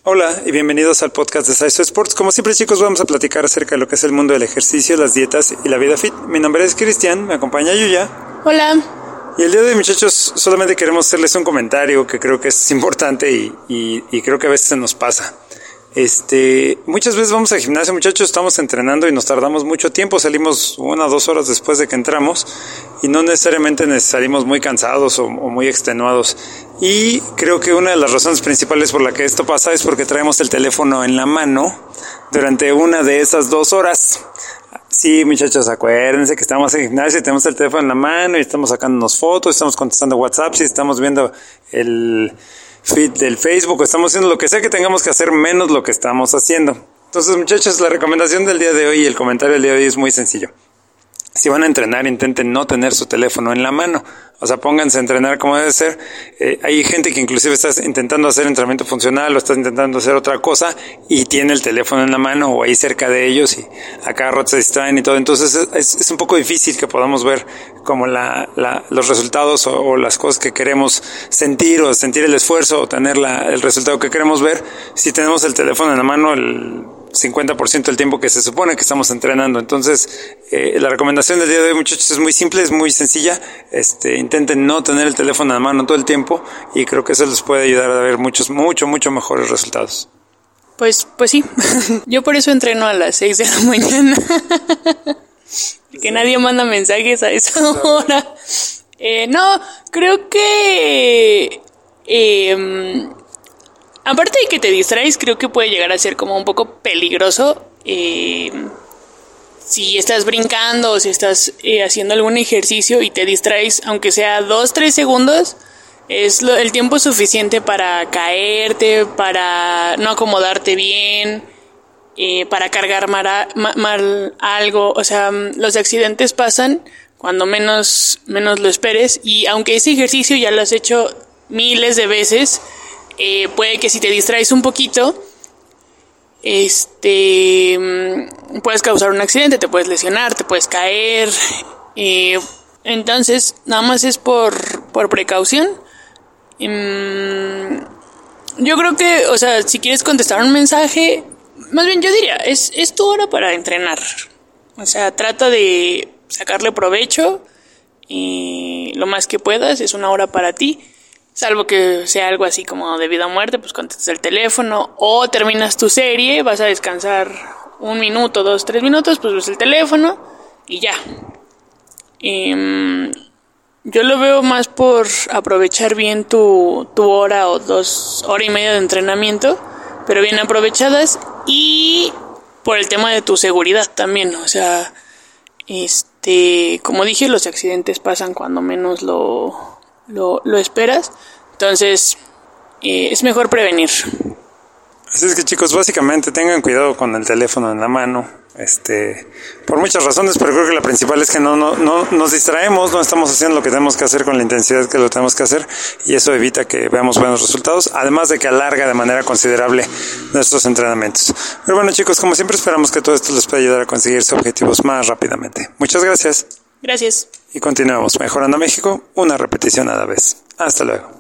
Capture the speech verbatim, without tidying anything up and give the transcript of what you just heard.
Hola y bienvenidos al podcast de Saizo Sports. Como siempre, chicos, vamos a platicar acerca de lo que es el mundo del ejercicio, las dietas y la vida fit. Mi nombre es Cristian, me acompaña Yuya. Hola. Y el día de hoy, muchachos, solamente queremos hacerles un comentario que creo que es importante y, y, y creo que a veces se nos pasa. Este, muchas veces vamos al gimnasio, muchachos, estamos entrenando y nos tardamos mucho tiempo, salimos una o dos horas después de que entramos y no necesariamente salimos muy cansados o, o muy extenuados. Y creo que una de las razones principales por la que esto pasa es porque traemos el teléfono en la mano durante una de esas dos horas. Sí, muchachos, acuérdense que estamos en el gimnasio y tenemos el teléfono en la mano y estamos sacándonos fotos, estamos contestando WhatsApp, y estamos viendo el feed del Facebook, estamos haciendo lo que sea que tengamos que hacer menos lo que estamos haciendo. Entonces, muchachos, la recomendación del día de hoy y el comentario del día de hoy es muy sencillo. Si van a entrenar, intenten no tener su teléfono en la mano. O sea, pónganse a entrenar como debe ser. Eh, hay gente que inclusive está intentando hacer entrenamiento funcional o está intentando hacer otra cosa y tiene el teléfono en la mano o ahí cerca de ellos y a cada rato se distraen y todo. Entonces es, es un poco difícil que podamos ver como la, la, los resultados o, o las cosas que queremos sentir o sentir el esfuerzo o tener la, el resultado que queremos ver si tenemos el teléfono en la mano el cincuenta por ciento del tiempo que se supone que estamos entrenando. Entonces, eh, la recomendación del día de hoy, muchachos, es muy simple, es muy sencilla. Este, intenten no tener el teléfono en la mano todo el tiempo y creo que eso les puede ayudar a ver muchos, mucho, mucho mejores resultados. Pues, pues sí. Yo por eso entreno a las seis de la mañana. Que nadie manda mensajes a esa hora. Eh, no, creo que... Eh, Aparte de que te distraes, creo que puede llegar a ser como un poco peligroso eh, si estás brincando o si estás eh, haciendo algún ejercicio y te distraes, aunque sea dos, tres segundos, es lo, el tiempo suficiente para caerte, para no acomodarte bien, eh, para cargar mal, mal algo. O sea, los accidentes pasan cuando menos, menos lo esperes y aunque ese ejercicio ya lo has hecho miles de veces, Eh, puede que si te distraes un poquito, este, puedes causar un accidente, te puedes lesionar, te puedes caer. Eh, entonces, nada más es por, por precaución. Eh, yo creo que, o sea, si quieres contestar un mensaje, más bien yo diría, es, es tu hora para entrenar. O sea, trata de sacarle provecho y lo más que puedas, es una hora para ti. Salvo que sea algo así como de vida o muerte, pues contestas el teléfono o terminas tu serie, vas a descansar un minuto, dos, tres minutos, pues ves el teléfono y ya. Eh, yo lo veo más por aprovechar bien tu, tu hora o dos, hora y media de entrenamiento, pero bien aprovechadas y por el tema de tu seguridad también. O sea, este, como dije, los accidentes pasan cuando menos lo... Lo, lo esperas, entonces eh, es mejor prevenir. Así es que, chicos, básicamente tengan cuidado con el teléfono en la mano, este, por muchas razones, pero creo que la principal es que no, no, no nos distraemos, no estamos haciendo lo que tenemos que hacer con la intensidad que lo tenemos que hacer y eso evita que veamos buenos resultados, además de que alarga de manera considerable nuestros entrenamientos. Pero bueno, chicos, como siempre esperamos que todo esto les pueda ayudar a conseguir sus objetivos más rápidamente. Muchas gracias. Gracias. Y continuamos mejorando México, una repetición a la vez. Hasta luego.